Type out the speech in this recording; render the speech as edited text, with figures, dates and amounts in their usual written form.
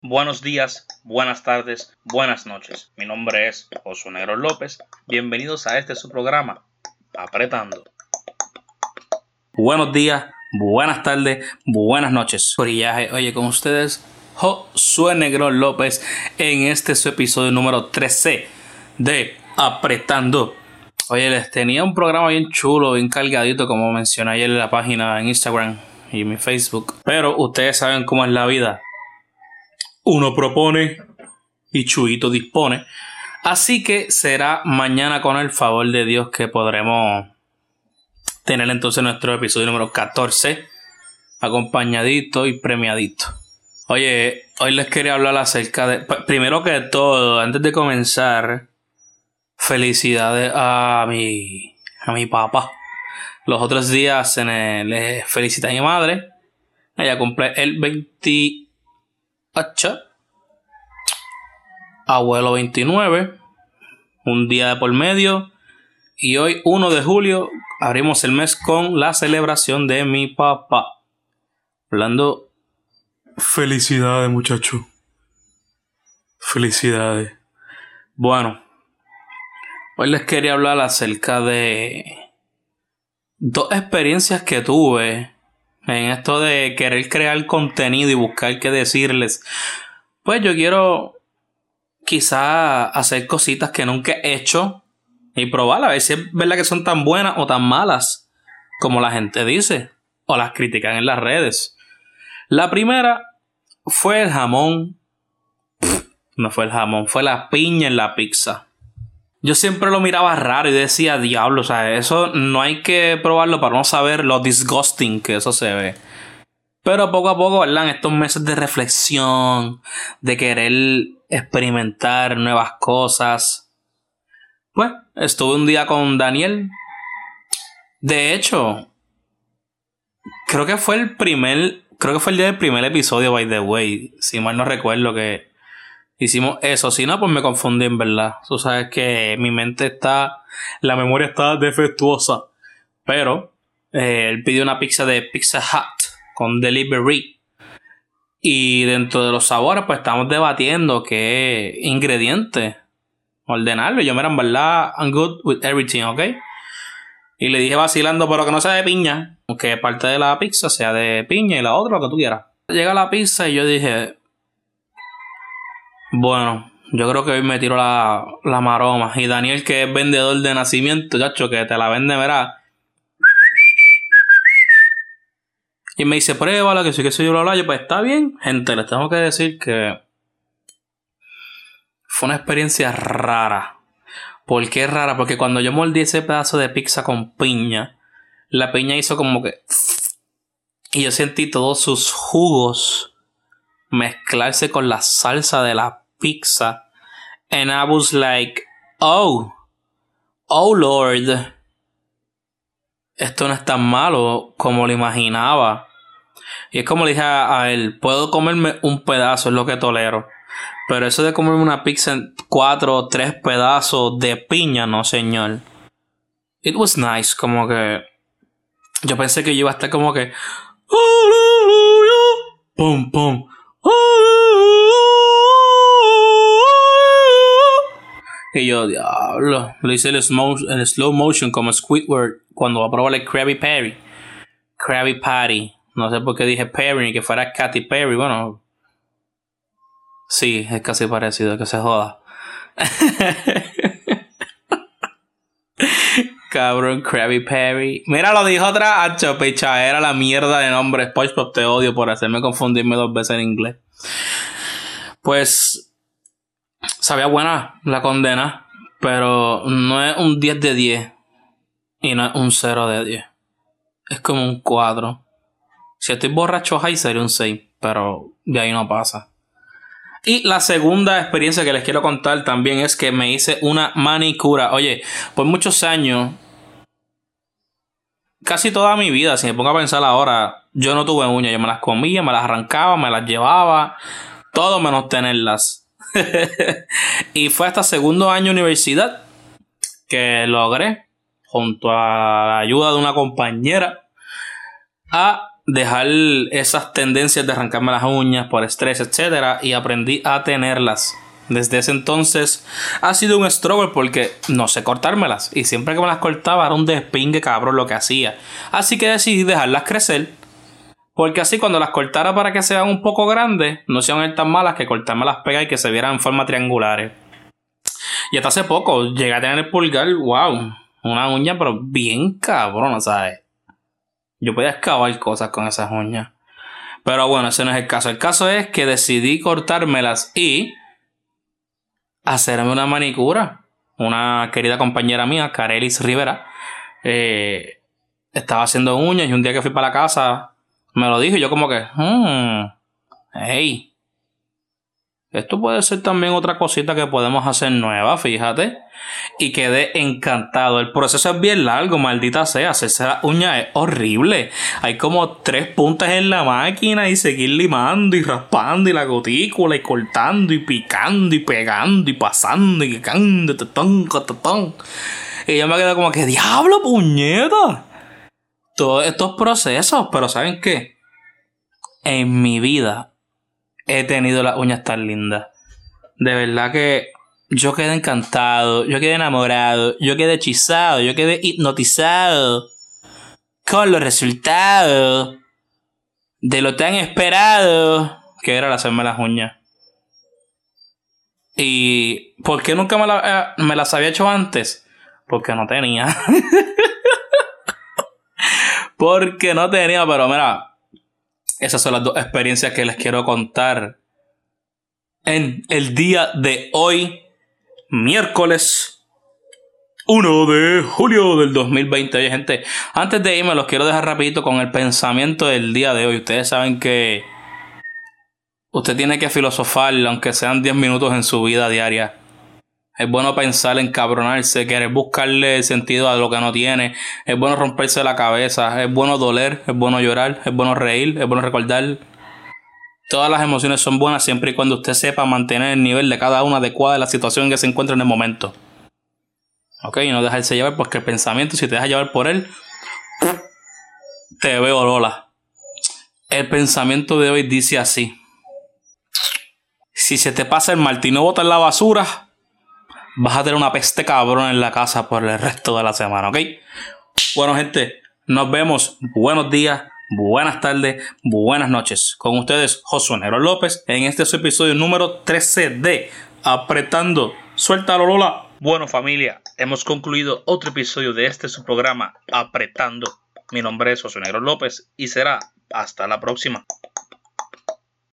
Buenos días, buenas tardes, buenas noches. Mi nombre es Josué Negro López. Bienvenidos a su programa, Apretando. Buenos días, buenas tardes, buenas noches. Corillaje, oye, con ustedes, Josué Negro López, en su episodio número 13 de Apretando. Oye, les tenía un programa bien chulo, bien cargadito, como mencioné ayer en la página en Instagram y mi Facebook. Pero ustedes saben cómo es la vida. Uno propone y Chuito dispone. Así que será mañana, con el favor de Dios, que podremos tener entonces nuestro episodio número 14 acompañadito y premiadito. Oye, hoy les quería hablar acerca de... Primero que todo, antes de comenzar, felicidades a mi papá. Los otros días le felicité a mi madre. Ella cumple el 28. Abuelo 29. Un día de por medio. Y hoy 1 de julio abrimos el mes con la celebración de mi papá. Hablando... Felicidades, muchacho. Felicidades. Bueno, hoy les quería hablar acerca de dos experiencias que tuve en esto de querer crear contenido y buscar qué decirles. Pues yo quiero quizá hacer cositas que nunca he hecho y probar a ver si es verdad que son tan buenas o tan malas como la gente dice o las critican en las redes. La primera fue el jamón. No fue el jamón, fue la piña en la pizza. Yo siempre lo miraba raro y decía, diablo, o sea, eso no hay que probarlo para no saber lo disgusting que eso se ve. Pero poco a poco, ¿verdad? En estos meses de reflexión, de querer experimentar nuevas cosas, pues estuve un día con Daniel. De hecho, creo que fue el día del primer episodio, by the way. Si mal no recuerdo que hicimos eso. Si no, pues me confundí, en verdad. Tú sabes que la memoria está defectuosa. Pero él pidió una pizza de Pizza Hut con delivery. Y dentro de los sabores, pues estamos debatiendo qué ingredientes ordenarlo. Y yo, mira, en verdad, I'm good with everything, ¿ok? Y le dije vacilando, pero que no sea de piña. Aunque parte de la pizza sea de piña y la otra lo que tú quieras. Llega la pizza y yo dije... Bueno, yo creo que hoy me tiro la maroma. Y Daniel, que es vendedor de nacimiento, chacho, que te la vende, verá. Y me dice, pruébala, que sí que soy yo, bla. Yo, pues está bien, gente, les tengo que decir que fue una experiencia rara. ¿Por qué rara? Porque cuando yo mordí ese pedazo de pizza con piña, la piña hizo como que... Y yo sentí todos sus jugos mezclarse con la salsa de la pizza. And I was like, oh Lord, esto no es tan malo como lo imaginaba. Y es como le dije a él, puedo comerme un pedazo, es lo que tolero. Pero eso de comerme una pizza en 4 o 3 pedazos de piña, no señor. It was nice, como que... Yo pensé que yo iba a estar como que... Pum, pum. Y yo, diablo, lo hice en slow motion como Squidward cuando va a probar el Krabby Patty. No sé por qué dije Perry ni que fuera Katy Perry. Bueno, sí, es casi parecido, que se joda. Cabrón, Krabby Patty. Mira, lo dijo otra hacho, picha, era la mierda de nombre. SpongeBob, te odio por hacerme confundirme 2 veces en inglés. Pues... sabía buena la condena, pero no es un 10 de 10 y no es un 0 de 10. Es como un 4. Si estoy borracho high sería un 6, pero de ahí no pasa. Y la segunda experiencia que les quiero contar también es que me hice una manicura. Oye, por muchos años, casi toda mi vida, si me pongo a pensar ahora, yo no tuve uñas. Yo me las comía, me las arrancaba, me las llevaba, todo menos tenerlas. Y fue hasta segundo año de universidad que logré, junto a la ayuda de una compañera, a dejar esas tendencias de arrancarme las uñas por estrés, etcétera, y aprendí a tenerlas. Desde ese entonces ha sido un struggle porque no sé cortármelas y siempre que me las cortaba era un despingue cabrón lo que hacía. Así que decidí dejarlas crecer porque así cuando las cortara para que sean un poco grandes no sean tan malas que cortarme las pegas y que se vieran en forma triangulares. Y hasta hace poco llegué a tener el pulgar, wow, una uña pero bien cabrona, ¿sabes? Yo podía excavar cosas con esas uñas. Pero bueno, ese no es el caso. El caso es que decidí cortármelas y hacerme una manicura. Una querida compañera mía, Carelis Rivera, estaba haciendo uñas y un día que fui para la casa me lo dijo y yo como que, hey, esto puede ser también otra cosita que podemos hacer nueva, fíjate. Y quedé encantado. El proceso es bien largo, maldita sea. Hacerse la uña es horrible. Hay como 3 puntas en la máquina y seguir limando y raspando y la cutícula y cortando y picando y pegando y pasando y cagando. Y yo me quedé como que, diablo, puñeta. Todos estos procesos, pero ¿saben qué? En mi vida he tenido las uñas tan lindas. De verdad que yo quedé encantado, yo quedé enamorado, yo quedé hechizado, yo quedé hipnotizado con los resultados de lo tan esperado que era el hacerme las uñas. ¿Y por qué nunca me las había hecho antes? Porque no tenía. Porque no tenía, pero mira, esas son las 2 experiencias que les quiero contar en el día de hoy, miércoles 1 de julio del 2020. Oye, gente, antes de irme los quiero dejar rapidito con el pensamiento del día de hoy. Ustedes saben que usted tiene que filosofar, aunque sean 10 minutos en su vida diaria. Es bueno pensar, encabronarse, querer buscarle sentido a lo que no tiene. Es bueno romperse la cabeza. Es bueno doler, es bueno llorar, es bueno reír, es bueno recordar. Todas las emociones son buenas siempre y cuando usted sepa mantener el nivel de cada una adecuada de la situación en que se encuentra en el momento. Ok, y no dejarse llevar porque el pensamiento, si te dejas llevar por él, te veo Lola. El pensamiento de hoy dice así: si se te pasa el martes y no botas la basura, vas a tener una peste cabrón en la casa por el resto de la semana, ¿ok? Bueno, gente, nos vemos. Buenos días, buenas tardes, buenas noches. Con ustedes, Josué Negro López, en este su episodio número 13 de Apretando. Suéltalo, Lola. Bueno, familia, hemos concluido otro episodio de este su programa, Apretando. Mi nombre es Josué Negro López y será hasta la próxima.